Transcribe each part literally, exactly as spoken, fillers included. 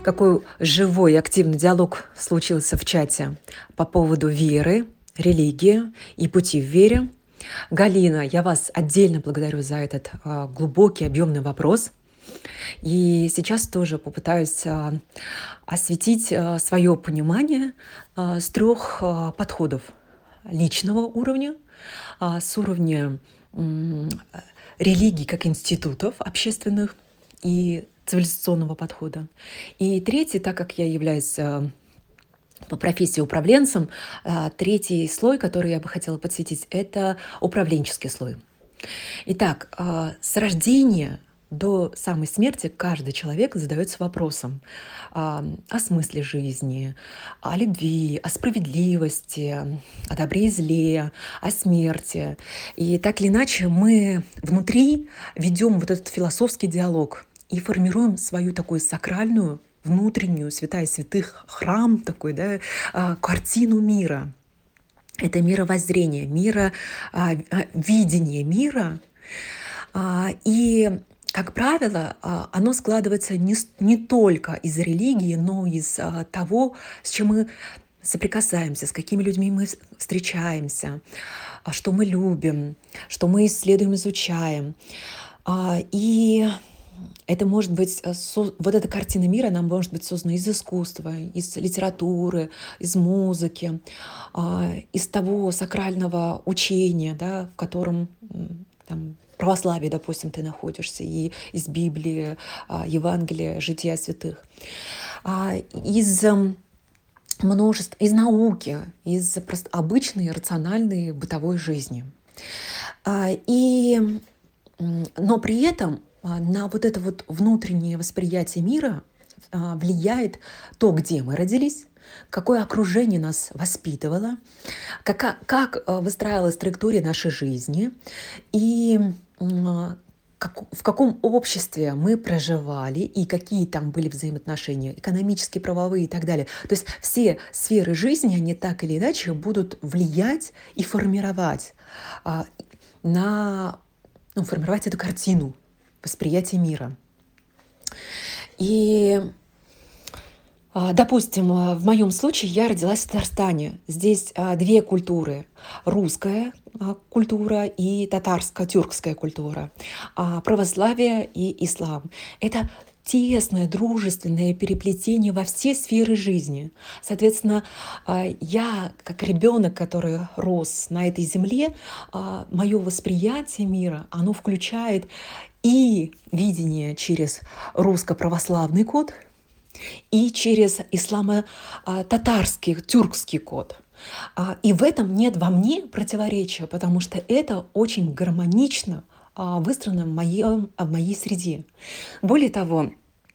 Такой живой и активный диалог случился в чате по поводу веры, религии и пути в вере. Галина, я вас отдельно благодарю за этот а, глубокий, объемный вопрос. И сейчас тоже попытаюсь а, осветить свое понимание а, с трех а, подходов. Личного уровня, а, с уровня м, религий как институтов общественных и цивилизационного подхода. И третий, так как я являюсь а, по профессии управленцем, а, третий слой, который я бы хотела подсветить, это управленческий слой. Итак, а, с рождения до самой смерти каждый человек задается вопросом а, о смысле жизни, о любви, о справедливости, о добре и зле, о смерти. И так или иначе мы внутри ведем вот этот философский диалог и формируем свою такую сакральную, внутреннюю, святая святых, храм такой, да, а, картину мира. Это мировоззрение, мира, а, а, видение мира. А, И, как правило, а, оно складывается не, с- не только из религии, но и из а, того, с чем мы соприкасаемся, с какими людьми мы с- встречаемся, а, что мы любим, что мы исследуем, изучаем. А, И это может быть, э, со- вот эта картина мира, она может быть создана из искусства, из литературы, из музыки, а, из того сакрального учения, да, в котором м, там, православие, допустим, ты находишься, и из Библии, а, Евангелия, жития святых, А, из эм, множества, из науки, из просто обычной рациональной бытовой жизни. А, И, м, но при этом а, на вот это вот внутреннее восприятие мира а, влияет то, где мы родились, какое окружение нас воспитывало, кака- как а, выстраивалась траектория нашей жизни и м, а, как- в каком обществе мы проживали и какие там были взаимоотношения, экономические, правовые и так далее. То есть все сферы жизни, они так или иначе будут влиять и формировать а, на, ну, формировать эту картину восприятия мира. И, а, допустим, а, в моем случае я родилась в Татарстане. Здесь а, две культуры: русская а, культура и татарско-тюркская культура, а, православие и ислам. Это тесное, дружественное переплетение во все сферы жизни. Соответственно, а, я, как ребенок, который рос на этой земле, мое восприятие мира, оно включает и видение через русско-православный код, и через исламо-татарский, тюркский код. А, И в этом нет во мне противоречия, потому что это очень гармонично а, выстроено в моем- в моей среде. Более того,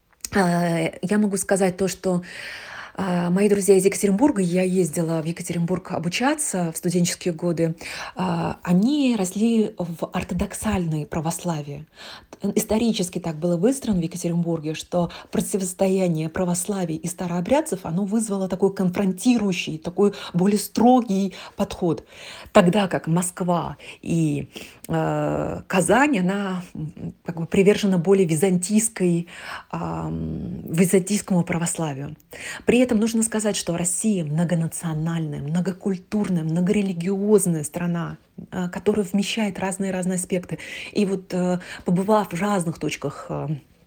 а, я могу сказать то, что а, мои друзья из Екатеринбурга, я ездила в Екатеринбург обучаться в студенческие годы, а, они росли в ортодоксальной православии. Исторически так было выстроено в Екатеринбурге, что противостояние православия и старообрядцев, оно вызвало такой конфронтирующий, такой более строгий подход. Тогда как Москва и э, Казань, она м, как бы привержена более византийской, ам, византийскому православию. При этом нужно сказать, что Россия многонациональная, многокультурная, многорелигиозная страна, э, которая вмещает разные-разные аспекты. И вот э, побывав в разных точках э,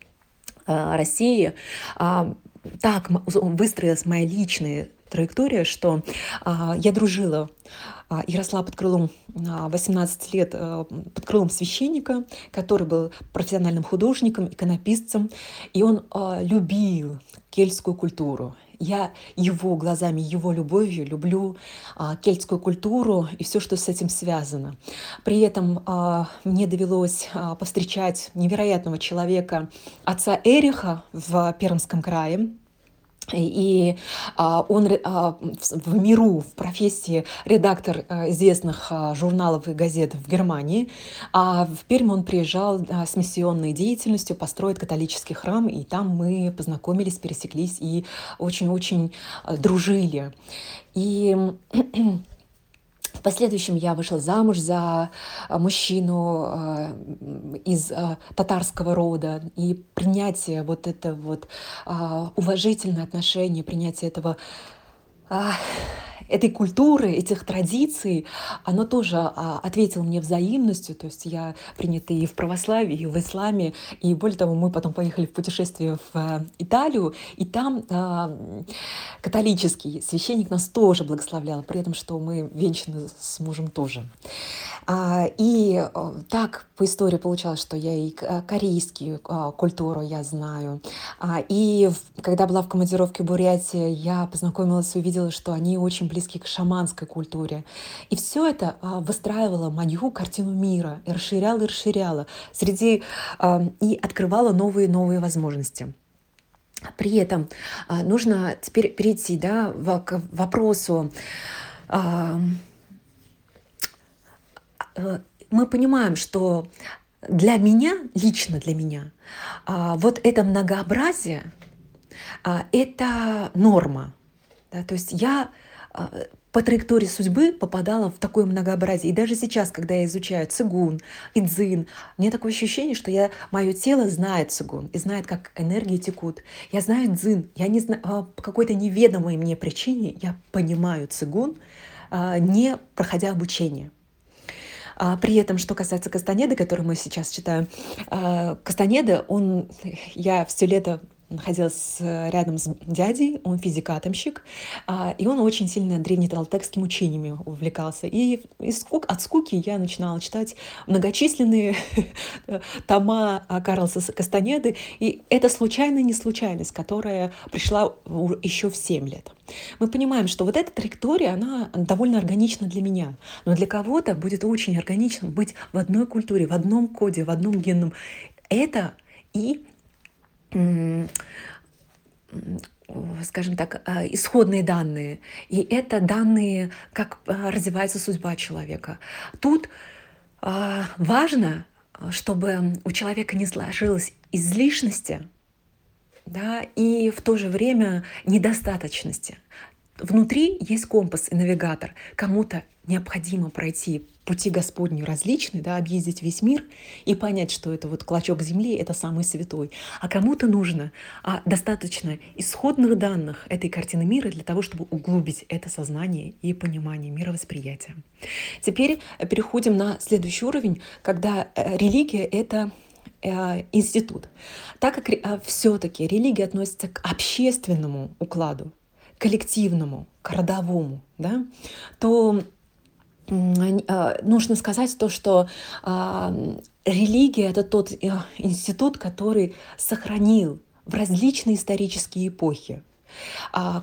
э, России, а, так м- выстроилась моя личная траектория, что а, я дружила а, и росла под крылом а, восемнадцать лет а, под крылом священника, который был профессиональным художником, иконописцем, и он а, любил кельтскую культуру. Я его глазами, его любовью люблю а, кельтскую культуру и все, что с этим связано. При этом а, мне довелось а, повстречать невероятного человека, отца Эриха в Пермском крае. И а, он ре- а, в в миру, в профессии редактор а, известных а, журналов и газет в Германии, а в Пермь он приезжал а, с миссионной деятельностью построить католический храм, и там мы познакомились, пересеклись и очень-очень а, дружили. И последующем я вышла замуж за а, мужчину а, м, из а, татарского рода, и принятие вот это вот а, уважительное отношение, принятие этого а, этой культуры, этих традиций, оно тоже а, ответило мне взаимностью. То есть я принята и в православии, и в исламе. И более того, мы потом поехали в путешествие в а, Италию, и там а, м, католический священник нас тоже благословлял, при этом, что мы венчаны с мужем тоже. А, и э, так по истории получалось, что я и к- э, корейскую а, культуру я знаю. А, и в- когда была в командировке в Бурятии, я познакомилась и увидела, что они очень близки к шаманской культуре. И все это а, выстраивало мою картину мира, и расширяло, и расширяло среди а, и открывало новые новые возможности. При этом а, нужно теперь перейти, да, во- к вопросу. а, э, Мы понимаем, что для меня, лично для меня, а, вот это многообразие, а, это норма. Да, то есть я а, по траектории судьбы попадала в такое многообразие. И даже сейчас, когда я изучаю цигун и дзин, у меня такое ощущение, что я, мое тело знает цигун и знает, как энергии текут. Я знаю дзин, я не знаю, а, по какой-то неведомой мне причине я понимаю цигун, а, не проходя обучение. А, при этом, что касается Кастанеды, который мы сейчас читаем, а, Кастанеда, он, я все лето находилась э, рядом с дядей, он физик-атомщик, а, и он очень сильно древнеталтекскими учениями увлекался. И из скук- от скуки я начинала читать многочисленные тома а, Карлса С- Кастанеды, и это случайная не случайность, которая пришла еще в семь лет. Мы понимаем, что вот эта траектория, она довольно органична для меня, но для кого-то будет очень органично быть в одной культуре, в одном коде, в одном генном. Это и, м, м, о, скажем так, а, исходные данные, и это данные, как а, развивается судьба человека. Тут а, важно, а, чтобы у человека не сложилось излишности, да, и в то же время недостаточности. Внутри есть компас и навигатор. Кому-то необходимо пройти пути Господни различные, да, объездить весь мир и понять, что это вот клочок земли, это самый святой. А кому-то нужно а, достаточно исходных данных этой картины мира для того, чтобы углубить это сознание и понимание мировосприятия. Теперь э, переходим на следующий уровень, когда э, религия — это э, институт. Так как все-таки религия относится к общественному укладу, коллективному, к родовому, да, то м, а, нужно сказать то, что а, м, религия — это тот э, институт, который сохранил в различные исторические эпохи а,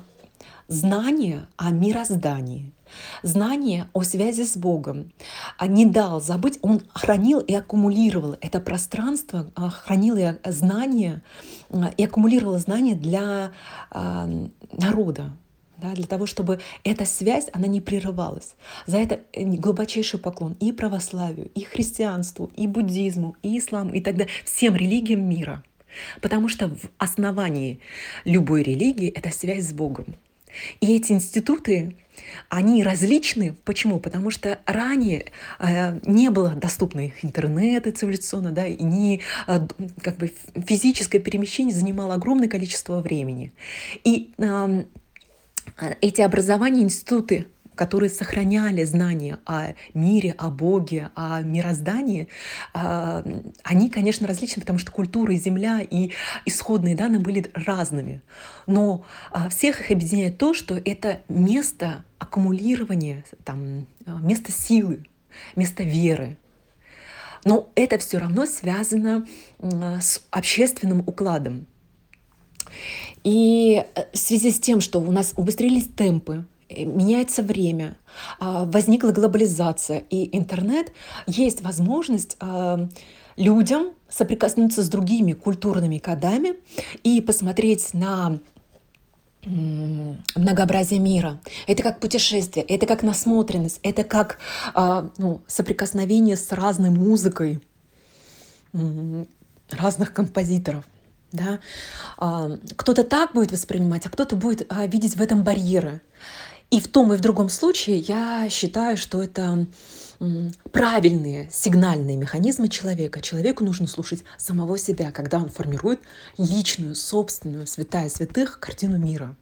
знание о мироздании, знание о связи с Богом, а не дал забыть, он хранил и аккумулировал это пространство, а, хранил и а, знания, а, и аккумулировал знания для а, народа, да, для того, чтобы эта связь, она не прерывалась. За это э, глубочайший поклон и православию, и христианству, и буддизму, и исламу, и тогда всем религиям мира. Потому что в основании любой религии — это связь с Богом. И эти институты, они различны. Почему? Потому что ранее э, не было доступно интернета цивилизационно, да, и не, э, д- как бы физическое перемещение занимало огромное количество времени. И эм, а, эти образования, институты, которые сохраняли знания о мире, о Боге, о мироздании, а, они, конечно, различны, потому что культура и земля, и исходные данные были разными. Но а, всех их объединяет то, что это место аккумулирования, там, а, место силы, место веры. Но это все равно связано м, с общественным укладом. И э, в связи с тем, что у нас убыстрились темпы, э, меняется время, а, возникла глобализация и интернет, есть возможность а, людям соприкоснуться с другими культурными кодами и посмотреть на м, многообразие мира. Это как путешествие, это как насмотренность, это как а, ну, соприкосновение с разной музыкой м, разных композиторов. Да? А, Кто-то так будет воспринимать, а кто-то будет а, видеть в этом барьеры. И в том и в другом случае я считаю, что это м, правильные сигнальные механизмы человека. Человеку нужно слушать самого себя, когда он формирует личную, собственную, святая святых картину мира,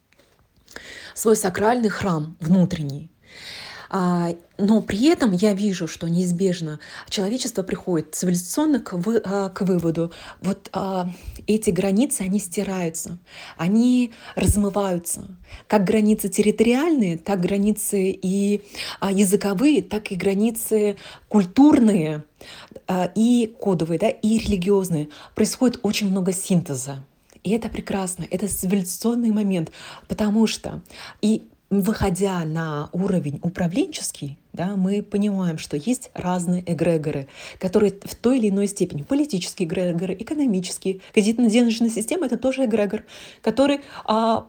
свой сакральный храм внутренний. А, но при этом я вижу, что неизбежно человечество приходит цивилизационно к, вы- а, к выводу, вот а, эти границы, они стираются, они размываются. Как границы территориальные, так границы и а, языковые, так и границы культурные а, и кодовые, да, и религиозные. Происходит очень много синтеза. И это прекрасно, это цивилизационный момент, потому что и выходя на уровень управленческий, да, мы понимаем, что есть разные эгрегоры, которые в той или иной степени, политические эгрегоры, экономические, кредитно-денежная система — это тоже эгрегор, который а,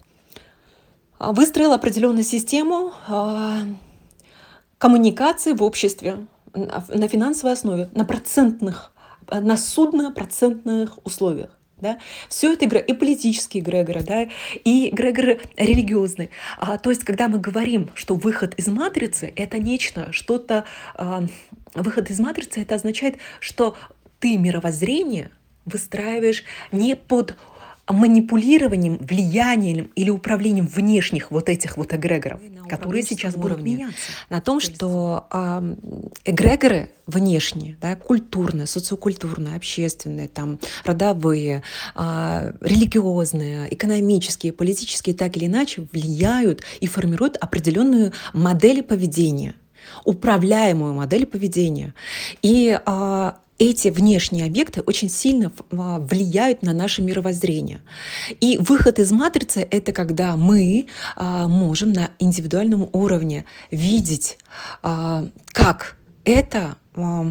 а, выстроил определенную систему а, коммуникации в обществе на на финансовой основе, на процентных, а, на судно-процентных условиях. Да? Все это игра, и политические эгрегоры, да, и эгрегоры религиозные. А, то есть, когда мы говорим, что выход из матрицы — это нечто, что-то... а, выход из матрицы — это означает, что ты мировоззрение выстраиваешь не под манипулированием, влиянием или управлением внешних вот этих вот эгрегоров, На которые сейчас управленческом будут уровне. меняться. На том, То есть что ам, эгрегоры внешние, да, культурные, социокультурные, общественные, там, родовые, а, религиозные, экономические, политические, так или иначе влияют и формируют определенную модель поведения, управляемую модель поведения. И а, эти внешние объекты очень сильно в- а, влияют на наше мировоззрение. И выход из матрицы — это когда мы а, можем на индивидуальном уровне видеть, а, как это а,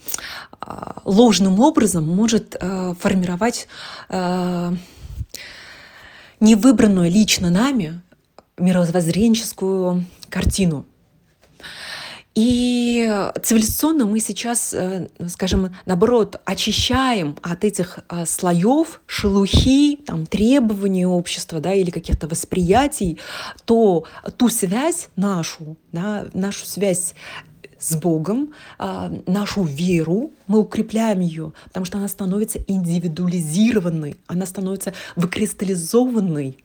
а, ложным образом может а, формировать а, невыбранную лично нами мировоззренческую картину. И цивилизационно мы сейчас, э, скажем, наоборот, очищаем от этих а, слоев, шелухи, там, требований общества, да, или каких-то восприятий, то ту связь нашу, да, нашу связь с Богом, а, нашу веру, мы укрепляем ее, потому что она становится индивидуализированной, она становится выкристаллизованной.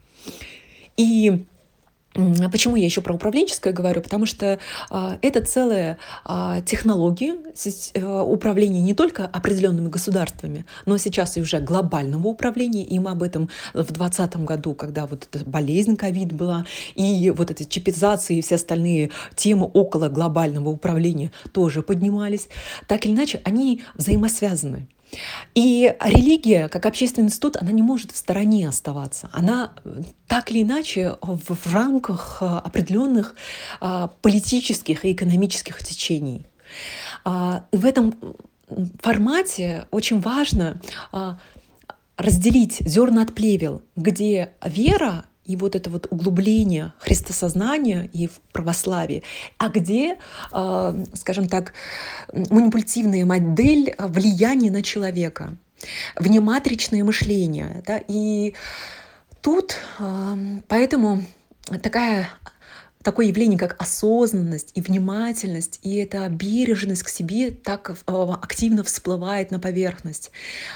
И М, а почему я еще про управленческое говорю? Потому что а, это целая а, технология сис- э, управления не только определенными государствами, но сейчас и уже глобального управления. И мы об этом в двадцатом году, когда вот эта болезнь ковид была, и вот эти чипизации и все остальные темы около глобального управления тоже поднимались. Так или иначе, они взаимосвязаны. И религия, как общественный институт, она не может в стороне оставаться. Она э, так или иначе в, в рамках а, определенных а, политических и экономических течений. А, в этом м, формате очень важно а, разделить зерна от плевел, где вера и вот это вот углубление христосознания и в православии, а где, а, скажем так, м, манипулятивная модель а, влияния на человека, внематричное мышление. Да? И тут ам, поэтому такая такое явление, как осознанность и внимательность, и эта бережность к себе так а, активно всплывает на поверхность.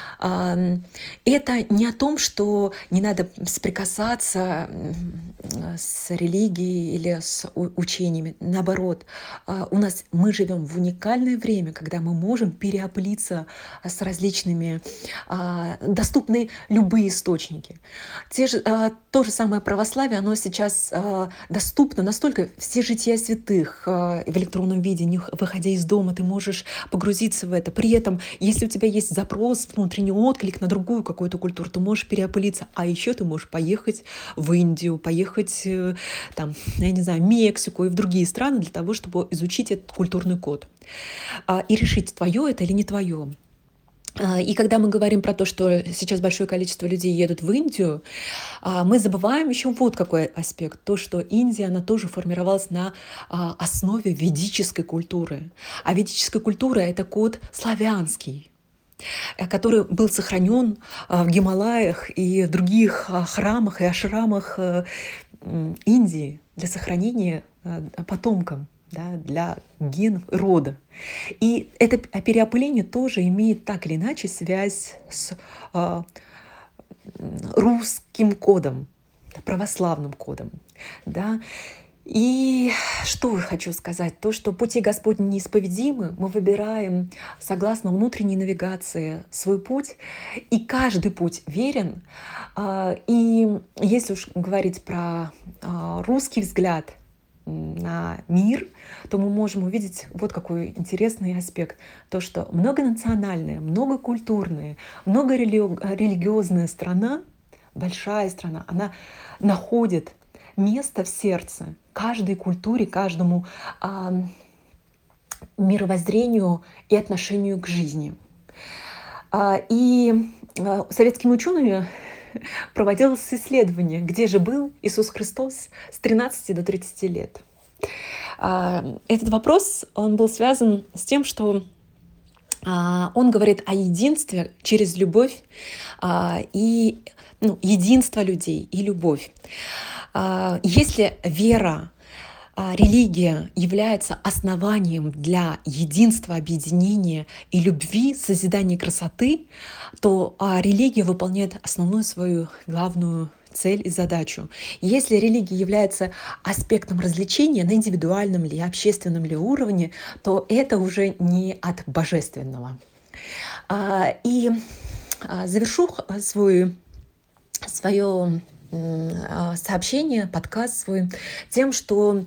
Ам, Это не о том, что не надо соприкасаться м, с религией или с у- учениями. Наоборот, а, у нас мы живем в уникальное время, когда мы можем переоплиться а, с различными, а, доступны любые источники. Те же, а, то же самое православие, оно сейчас а, доступно настолько, все жития святых а, в электронном виде, не х- выходя из дома, ты можешь погрузиться в это. При этом, если у тебя есть запрос, внутренний отклик на другую какую-то культуру, ты можешь переопылиться. А еще ты можешь поехать в Индию, поехать э, там, я не знаю, Мексику и в другие страны для того, чтобы изучить этот культурный код а, и решить, твое это или не твое. А, И когда мы говорим про то, что сейчас большое количество людей едут в Индию, а, мы забываем еще вот какой аспект. То, что Индия, она тоже формировалась на а, основе ведической культуры. А ведическая культура — это код славянский, э, который был сохранен а, в Гималаях и в других а, храмах и ашрамах э, м, Индии. для сохранения э, потомкам, да, для генов рода. И это переопыление тоже имеет так или иначе связь с а, русским кодом, православным кодом. Да. И что я хочу сказать? То, что пути Господни неисповедимы, мы выбираем согласно внутренней навигации свой путь, и каждый путь верен. А, И если уж говорить про а, русский взгляд на мир, то мы можем увидеть вот какой интересный аспект. То, что многонациональная, многокультурная, многорелигиозная страна, большая страна, она находит место в сердце каждой культуре, каждому а, мировоззрению и отношению к жизни. А, и а, советскими учеными проводилось исследование, где же был Иисус Христос с тринадцати до тридцати лет. А, Этот вопрос, он был связан с тем, что а, он говорит о единстве через любовь а, и ну, единство людей и любовь. А, Если вера, а, религия является основанием для единства, объединения и любви, созидания красоты, то а, религия выполняет основную свою главную цель и задачу. Если религия является аспектом развлечения на индивидуальном или общественном ли уровне, то это уже не от божественного. А, И а, завершу х- свой свое сообщение, подкаст свой тем, что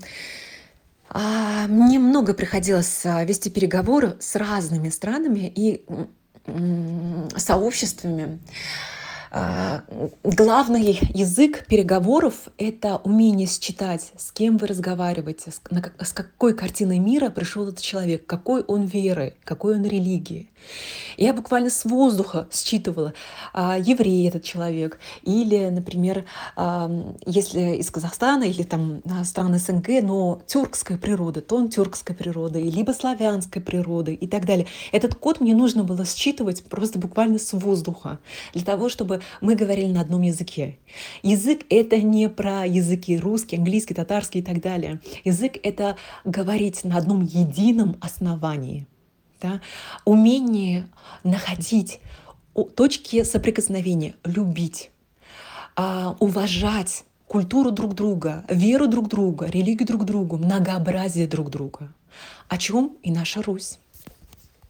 а, мне много приходилось а, вести переговоры с разными странами и м, сообществами. А, Главный язык переговоров — это умение считать, с кем вы разговариваете, с, на как- с какой картиной мира пришел этот человек, какой он веры, какой он религии. Я буквально с воздуха считывала, а, еврей этот человек, или, например, ам, если из Казахстана или там а, стран СНГ, но тюркская природа, то он тюркской природы, либо славянской природы и так далее. Этот код мне нужно было считывать просто буквально с воздуха, для того, чтобы мы говорили на одном языке. Язык — это не про языки русский, английский, татарский и так далее. Язык — это говорить на одном едином основании. Да? Умение находить о- точки соприкосновения, любить, а, уважать культуру друг друга, веру друг друга, религию друг друга, многообразие друг друга. О чем и наша Русь.